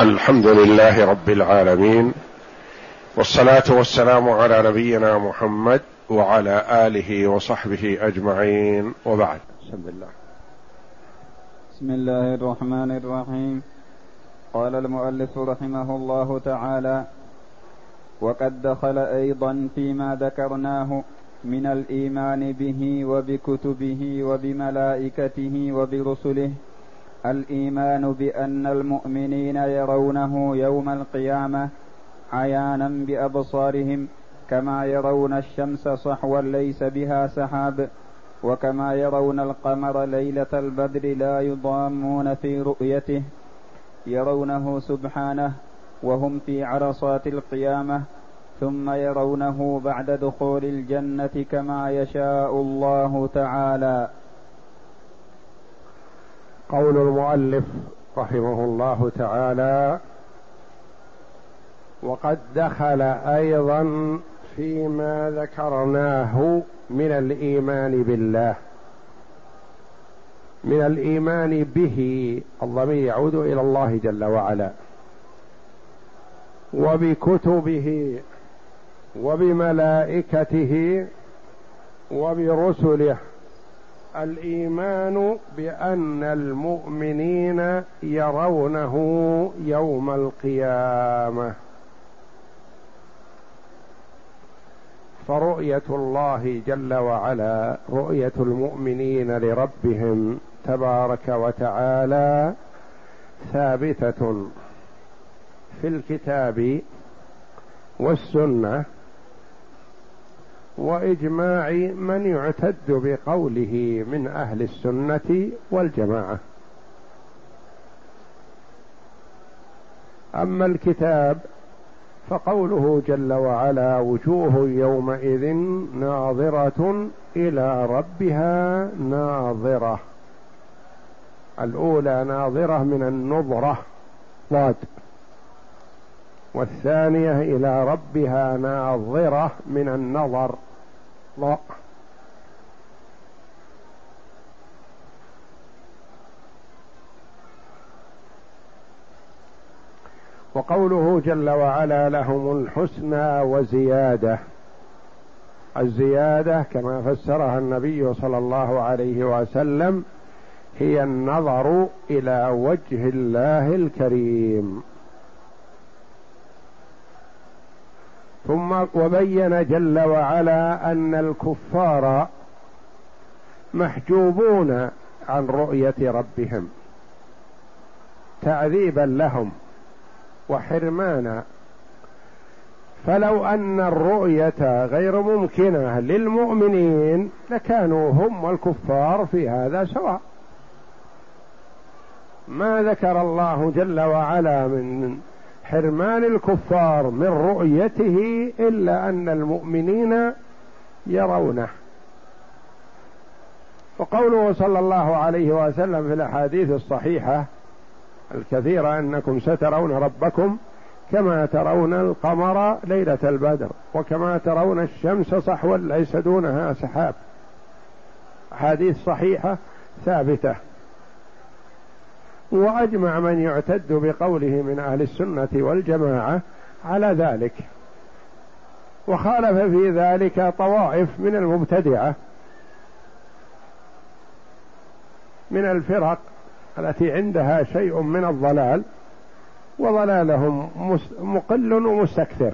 الحمد لله رب العالمين، والصلاة والسلام على نبينا محمد وعلى آله وصحبه أجمعين، وبعد. بسم الله الرحمن الرحيم. قال المؤلف رحمه الله تعالى: وقد دخل أيضا فيما ذكرناه من الإيمان به وبكتبه وبملائكته وبرسله الإيمان بأن المؤمنين يرونه يوم القيامة عيانا بأبصارهم، كما يرون الشمس صحوا ليس بها سحاب، وكما يرون القمر ليلة البدر لا يضامون في رؤيته، يرونه سبحانه وهم في عرصات القيامة، ثم يرونه بعد دخول الجنة كما يشاء الله تعالى. قول المؤلف رحمه الله تعالى: وقد دخل أيضا فيما ذكرناه من الإيمان بالله، من الإيمان به، الضمير يعود إلى الله جل وعلا، وبكتبه وبملائكته وبرسله الإيمان بأن المؤمنين يرونه يوم القيامة. فرؤية الله جل وعلا، رؤية المؤمنين لربهم تبارك وتعالى ثابتة في الكتاب والسنة وإجماع من يعتد بقوله من أهل السنة والجماعة. أما الكتاب فقوله جل وعلا: وجوه يومئذ ناظرة إلى ربها ناظرة. الأولى ناظرة من النظرة ضاد، والثانية إلى ربها ناظرة من النظر ضاء. وقوله جل وعلا: لهم الحسنى وزيادة. الزيادة كما فسرها النبي صلى الله عليه وسلم هي النظر إلى وجه الله الكريم. ثم وبين جل وعلا أن الكفار محجوبون عن رؤية ربهم تعذيبا لهم وحرمانا، فلو أن الرؤية غير ممكنة للمؤمنين لكانوا هم والكفار في هذا سواء. ما ذكر الله جل وعلا من حرمان الكفار من رؤيته إلا أن المؤمنين يرونه. وقوله صلى الله عليه وسلم في الأحاديث الصحيحة الكثيرة: أنكم سترون ربكم كما ترون القمر ليلة البدر، وكما ترون الشمس صحوا ليس دونها سحاب. أحاديث صحيحة ثابتة. وأجمع من يعتد بقوله من أهل السنة والجماعة على ذلك، وخالف في ذلك طوائف من المبتدعة من الفرق التي عندها شيء من الضلال، وضلالهم مقل ومستكثر.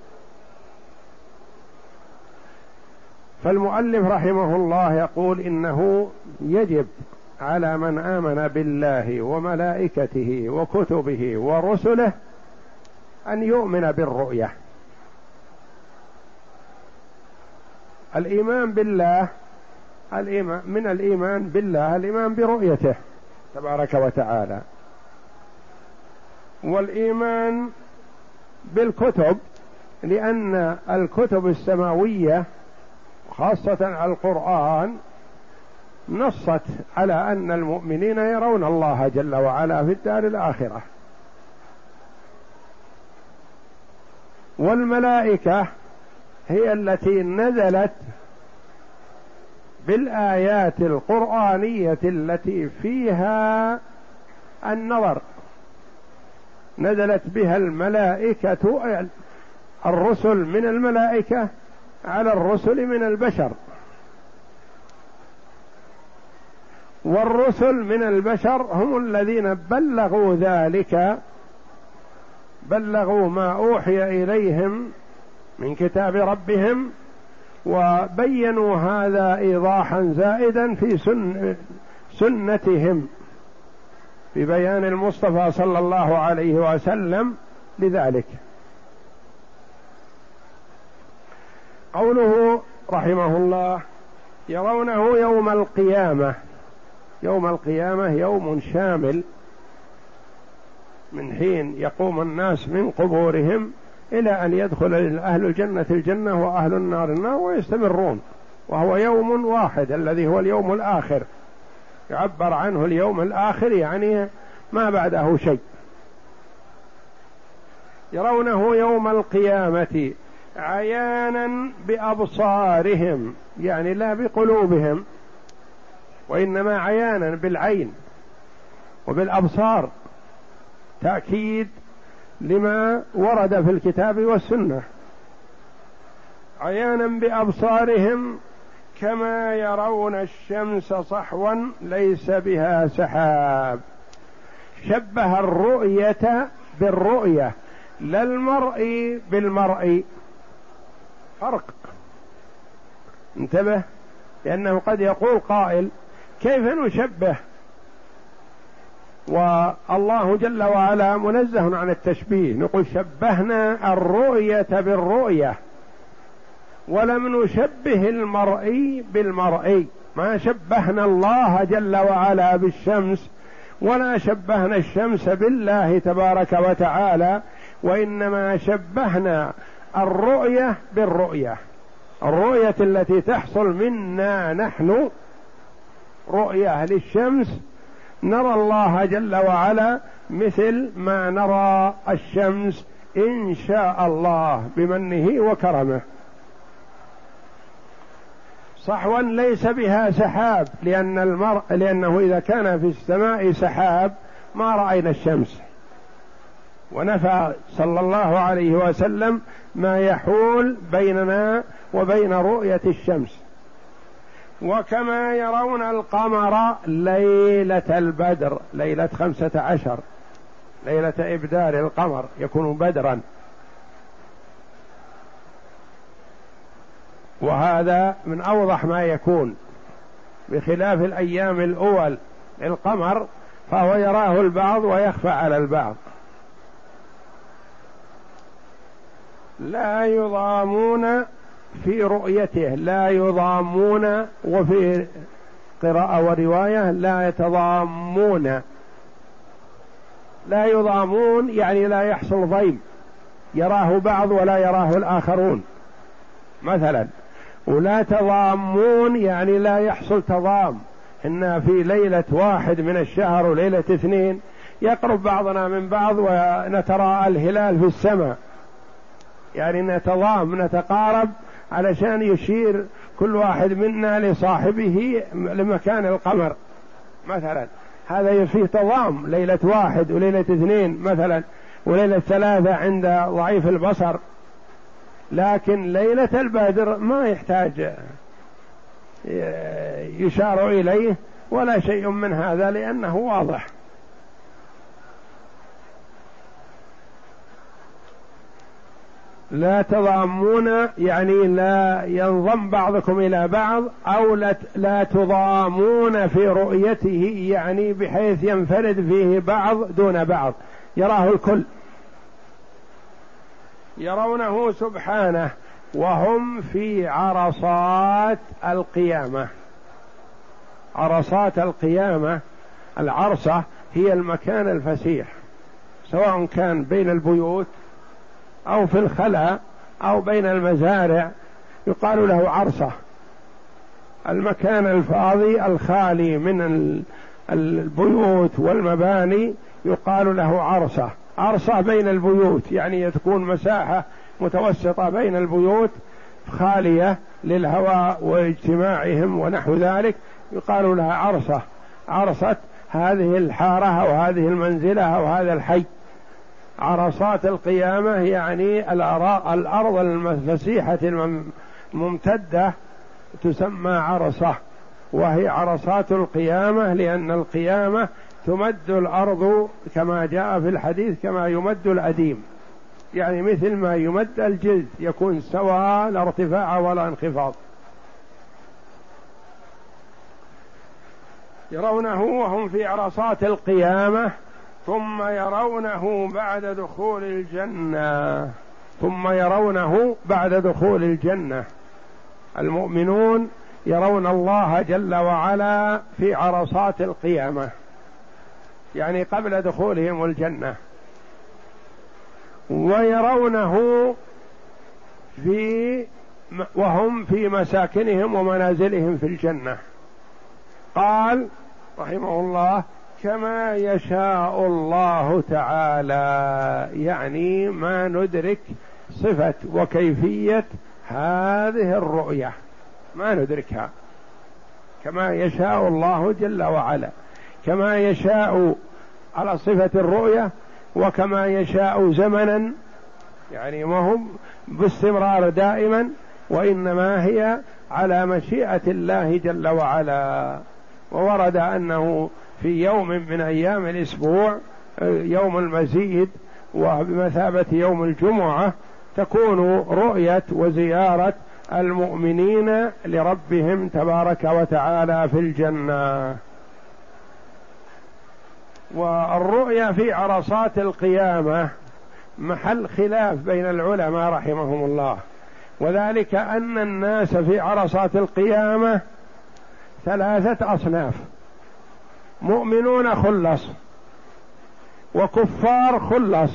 فالمؤلف رحمه الله يقول: إنه يجب على من آمن بالله وملائكته وكتبه ورسله أن يؤمن بالرؤية. الإيمان بالله، من الإيمان بالله الإيمان برؤيته تبارك وتعالى. والإيمان بالكتب، لأن الكتب السماوية خاصة القرآن نصت على أن المؤمنين يرون الله جل وعلا في الدار الآخرة. والملائكة هي التي نزلت بالآيات القرآنية التي فيها النظر نزلت بها الملائكة، الرسل من الملائكة على الرسل من البشر، والرسل من البشر هم الذين بلغوا ذلك، بلغوا ما أوحي إليهم من كتاب ربهم، وبينوا هذا إيضاحا زائدا في سنتهم في بيان المصطفى صلى الله عليه وسلم لذلك. قوله رحمه الله يرونه يوم القيامة، يوم القيامة يوم شامل من حين يقوم الناس من قبورهم إلى أن يدخل أهل الجنة الجنة وأهل النار النار ويستمرون، وهو يوم واحد الذي هو اليوم الآخر، يعبر عنه اليوم الآخر يعني ما بعده شيء. يرونه يوم القيامة عيانا بأبصارهم، يعني لا بقلوبهم، وإنما عيانا بالعين وبالأبصار، تأكيد لما ورد في الكتاب والسنة. عيانا بأبصارهم كما يرون الشمس صحوا ليس بها سحاب. شبه الرؤية بالرؤية، لا المرء بالمرء، فرق، انتبه، لأنه قد يقول قائل كيف نشبه، والله جل وعلا منزه عن التشبيه، نقول شبهنا الرؤية بالرؤية ولم نشبه المرئي بالمرئي، ما شبهنا الله جل وعلا بالشمس ولا شبهنا الشمس بالله تبارك وتعالى، وإنما شبهنا الرؤية بالرؤية، الرؤية التي تحصل منا نحن رؤية للشمس، نرى الله جل وعلا مثل ما نرى الشمس إن شاء الله بمنه وكرمه. صحوا ليس بها سحاب، لأنه إذا كان في السماء سحاب ما رأينا الشمس، ونفى صلى الله عليه وسلم ما يحول بيننا وبين رؤية الشمس. وكما يرون القمر ليلة البدر، ليلة 15، ليلة إبدار القمر يكون بدرا، وهذا من أوضح ما يكون، بخلاف الأيام الأول القمر فهو يراه البعض ويخفى على البعض. لا يضامون في رؤيته، لا يضامون، وفي قراءة ورواية لا يتضامون. لا يضامون يعني لا يحصل ضيم، يراه بعض ولا يراه الآخرون مثلا، ولا تضامون يعني لا يحصل تضام، إن في ليلة 1 من الشهر وليلة 2 يقرب بعضنا من بعض ونتراءى الهلال في السماء، يعني نتضام نتقارب علشان يشير كل واحد منا لصاحبه لمكان القمر مثلا، هذا فيه تضام، ليلة 1 وليلة 2 مثلا، وليلة 3 عند ضعيف البصر. لكن ليلة البدر ما يحتاج يشار إليه ولا شيء من هذا، لأنه واضح. لا تضامون يعني لا ينضم بعضكم إلى بعض، أو لا تضامون في رؤيته، يعني بحيث ينفرد فيه بعض دون بعض، يراه الكل. يرونه سبحانه وهم في عرصات القيامة. عرصات القيامة، العرصة هي المكان الفسيح، سواء كان بين البيوت أو في الخلاء أو بين المزارع، يقال له عرصة. المكان الفاضي الخالي من البيوت والمباني يقال له عرصة. عرصة بين البيوت يعني تكون مساحة متوسطة بين البيوت خالية للهواء واجتماعهم ونحو ذلك، يقال لها عرصة. عرصة هذه الحارة أو هذه المنزلة أو هذا الحي. عرصات القيامة يعني الأرض الفسيحة الممتدة تسمى عرصة، وهي عرصات القيامة، لأن القيامة تمد الأرض كما جاء في الحديث كما يمد الأديم، يعني مثل ما يمد الجلد يكون سواء لا ارتفاع ولا انخفاض. يرونه وهم في عرصات القيامة ثم يرونه بعد دخول الجنة، ثم يرونه بعد دخول الجنة. المؤمنون يرون الله جل وعلا في عرصات القيامة، يعني قبل دخولهم الجنة، ويرونه وهم في مساكنهم ومنازلهم في الجنة. قال رحمه الله: كما يشاء الله تعالى، يعني ما ندرك صفة وكيفية هذه الرؤية، ما ندركها، كما يشاء الله جل وعلا، كما يشاء على صفة الرؤية، وكما يشاء زمنا، يعني ما هم باستمرار دائما، وإنما هي على مشيئة الله جل وعلا. وورد أنه في يوم من أيام الأسبوع، يوم المزيد وبمثابة يوم الجمعة، تكون رؤية وزيارة المؤمنين لربهم تبارك وتعالى في الجنة. والرؤيا في عرصات القيامة محل خلاف بين العلماء رحمهم الله، وذلك أن الناس في عرصات القيامة 3 أصناف: مؤمنون خلص، وكفار خلص،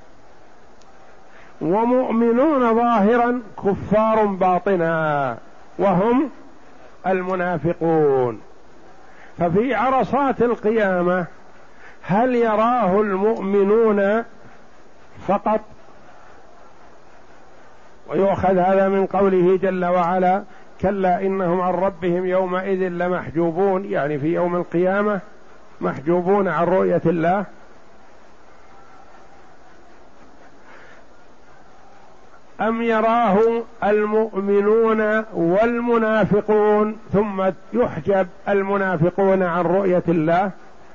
ومؤمنون ظاهرا كفار باطنا، وهم المنافقون. ففي عرصات القيامة هل يراه المؤمنون فقط؟ ويؤخذ هذا من قوله جل وعلا: كلا إنهم عن ربهم يومئذ لمحجوبون، يعني في يوم القيامة محجوبون عن رؤية الله. أم يراه المؤمنون والمنافقون ثم يحجب المنافقون عن رؤية الله،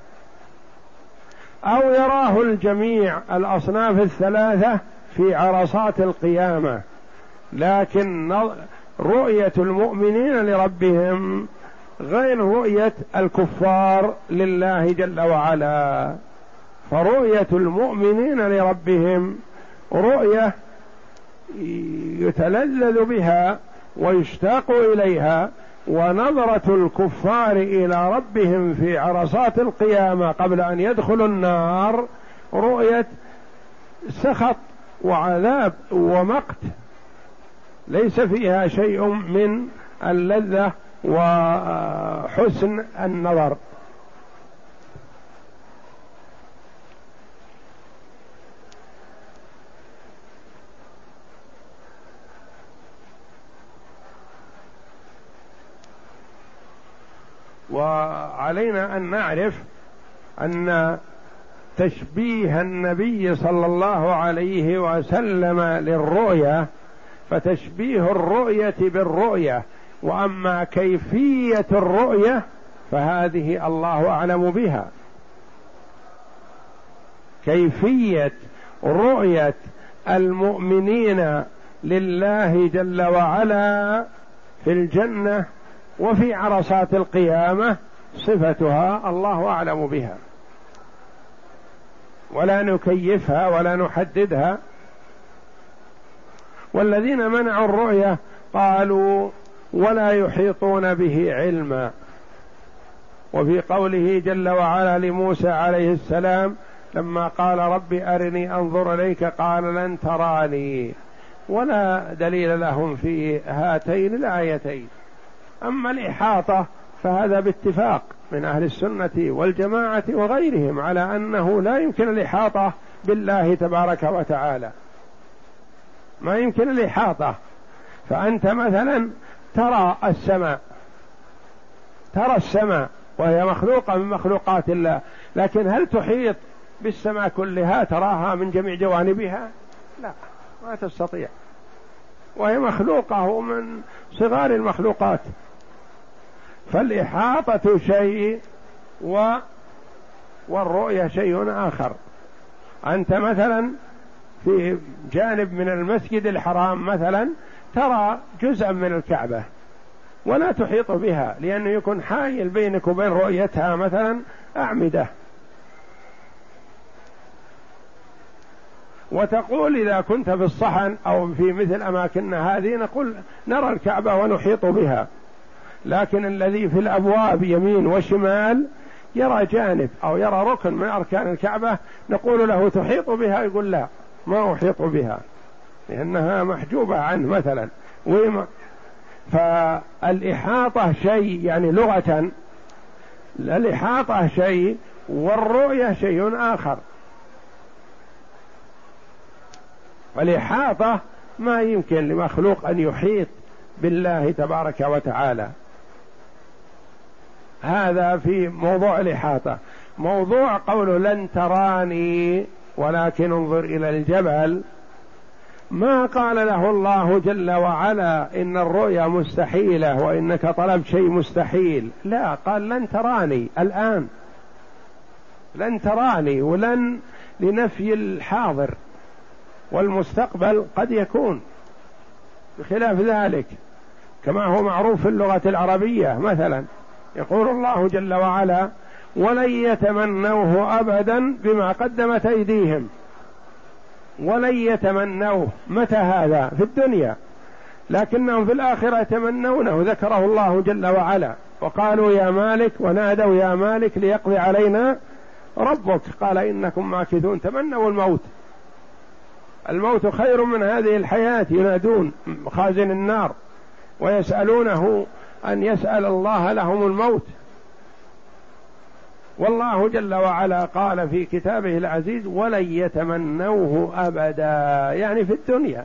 أو يراه الجميع الأصناف 3 في عرصات القيامة، لكن رؤية المؤمنين لربهم غير رؤية الكفار لله جل وعلا. فرؤية المؤمنين لربهم رؤية يتلذذ بها ويشتاق إليها، ونظرة الكفار إلى ربهم في عرصات القيامة قبل أن يدخلوا النار رؤية سخط وعذاب ومقت، ليس فيها شيء من اللذة وحسن النظر. وعلينا أن نعرف أن تشبيه النبي صلى الله عليه وسلم للرؤيا، فتشبيه الرؤية بالرؤية، وأما كيفية الرؤية فهذه الله أعلم بها. كيفية رؤية المؤمنين لله جل وعلا في الجنة وفي عرصات القيامة صفتها الله أعلم بها، ولا نكيفها ولا نحددها. والذين منعوا الرؤية قالوا ولا يحيطون به علما. وفي قوله جل وعلا لموسى عليه السلام لما قال رب أرني أنظر إليك قال لن تراني، ولا دليل لهم في هاتين الآيتين. أما الإحاطة فهذا باتفاق من أهل السنة والجماعة وغيرهم على أنه لا يمكن الإحاطة بالله تبارك وتعالى، ما يمكن الإحاطة. فأنت مثلا ترى السماء وهي مخلوقة من مخلوقات الله، لكن هل تحيط بالسماء كلها تراها من جميع جوانبها؟ لا، ما تستطيع، وهي مخلوقة من صغار المخلوقات. فالإحاطة شيء والرؤية شيء آخر. أنت مثلا في جانب من المسجد الحرام مثلا ترى جزءا من الكعبة ولا تحيط بها، لأنه يكون حائل بينك وبين رؤيتها مثلا أعمدة، وتقول إذا كنت في الصحن أو في مثل أماكننا هذه نقول نرى الكعبة ونحيط بها، لكن الذي في الأبواب يمين وشمال يرى جانب أو يرى ركن من أركان الكعبة، نقول له تحيط بها، يقول لا ما أحيط بها لأنها محجوبة عنه مثلا. فالإحاطة شيء، يعني لغة الإحاطة شيء والرؤية شيء آخر. الإحاطة ما يمكن لمخلوق أن يحيط بالله تبارك وتعالى، هذا في موضوع الإحاطة. موضوع قوله لن تراني ولكن انظر إلى الجبل، ما قال له الله جل وعلا إن الرؤيا مستحيلة وإنك طلب شيء مستحيل، لا، قال لن تراني الآن، لن تراني، ولن لنفي الحاضر، والمستقبل قد يكون بخلاف ذلك، كما هو معروف في اللغة العربية. مثلا يقول الله جل وعلا ولن يتمنوه أبدا بما قدمت أيديهم، ولن يتمنوه، متى هذا؟ في الدنيا، لكنهم في الآخرة يتمنونه، ذكره الله جل وعلا، وقالوا يا مالك، ونادوا يا مالك ليقضي علينا ربك، قال إنكم ماكثون. تمنوا الموت، الموت خير من هذه الحياة، ينادون خازن النار ويسألونه أن يسأل الله لهم الموت. والله جل وعلا قال في كتابه العزيز ولن يتمنوه أبدا، يعني في الدنيا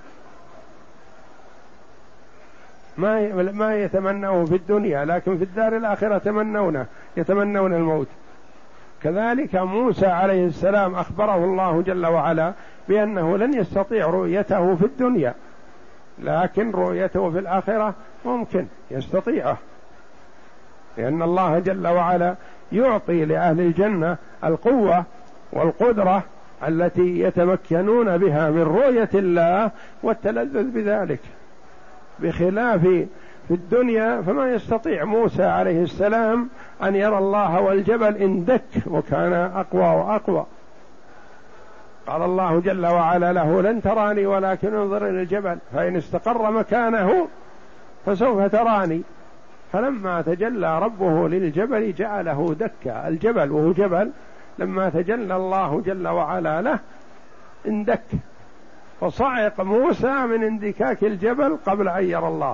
ما يتمنوه في الدنيا، لكن في الدار الآخرة يتمنون الموت. كذلك موسى عليه السلام أخبره الله جل وعلا بأنه لن يستطيع رؤيته في الدنيا، لكن رؤيته في الآخرة ممكن يستطيعه، لأن الله جل وعلا يعطي لأهل الجنة القوة والقدرة التي يتمكنون بها من رؤية الله والتلذذ بذلك، بخلاف في الدنيا فما يستطيع موسى عليه السلام أن يرى الله والجبل اندك وكان أقوى وأقوى. قال الله جل وعلا له لن تراني ولكن انظر إلى الجبل فإن استقر مكانه فسوف تراني. فلما تجلى ربه للجبل جعله دكا، الجبل وهو جبل لما تجلى الله جل وعلا له اندك، فصعق موسى من اندكاك الجبل قبل أن يرى الله.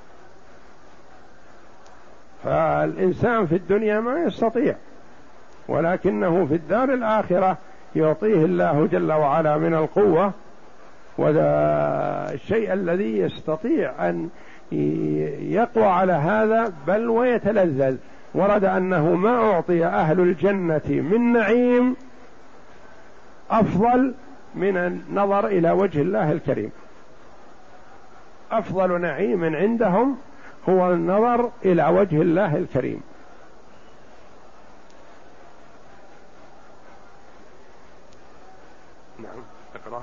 فالإنسان في الدنيا ما يستطيع، ولكنه في الدار الآخرة يعطيه الله جل وعلا من القوة والشيء الذي يستطيع أن يقوى على هذا بل ويتلذذ. ورد أنه ما أعطي أهل الجنة من نعيم أفضل من النظر إلى وجه الله الكريم، أفضل نعيم عندهم هو النظر إلى وجه الله الكريم. نعم اقرأ.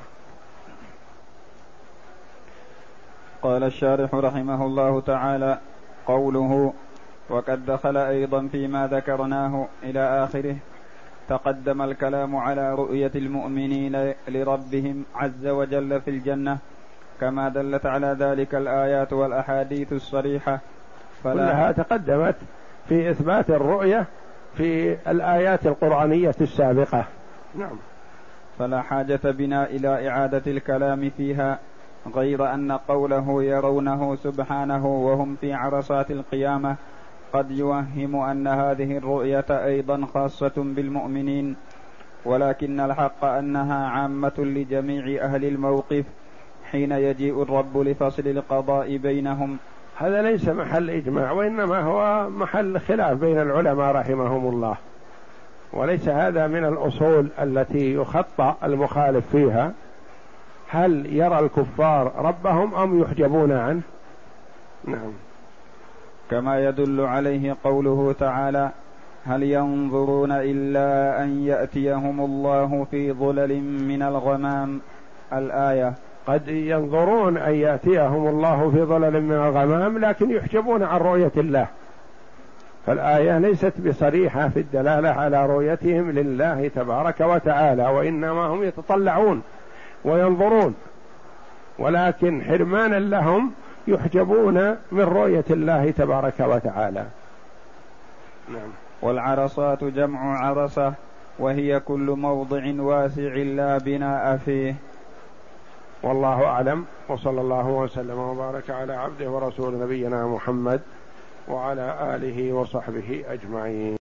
قال الشارح رحمه الله تعالى: قوله وقد دخل أيضا فيما ذكرناه إلى آخره. تقدم الكلام على رؤية المؤمنين لربهم عز وجل في الجنة كما دلت على ذلك الآيات والأحاديث الصريحة، كلها تقدمت في إثبات الرؤية في الآيات القرآنية السابقة. نعم. فلا حاجة بنا إلى إعادة الكلام فيها، غير أن قوله يرونه سبحانه وهم في عرصات القيامة قد يوهم أن هذه الرؤية أيضا خاصة بالمؤمنين، ولكن الحق أنها عامة لجميع أهل الموقف حين يجيء الرب لفصل القضاء بينهم. هذا ليس محل إجماع، وإنما هو محل خلاف بين العلماء رحمهم الله، وليس هذا من الأصول التي يخطأ المخالف فيها. هل يرى الكفار ربهم أم يحجبون عنه؟ نعم. كما يدل عليه قوله تعالى: هل ينظرون إلا أن يأتيهم الله في ظلل من الغمام، الآية. قد ينظرون أن يأتيهم الله في ظلل من الغمام لكن يحجبون عن رؤية الله، فالآية ليست بصريحة في الدلالة على رؤيتهم لله تبارك وتعالى، وإنما هم يتطلعون وينظرون، ولكن حرمانا لهم يحجبون من رؤية الله تبارك وتعالى. نعم. والعرصات جمع عرصة، وهي كل موضع واسع لا بناء فيه. والله أعلم، وصلى الله وسلم وبارك على عبده ورسول نبينا محمد وعلى آله وصحبه أجمعين.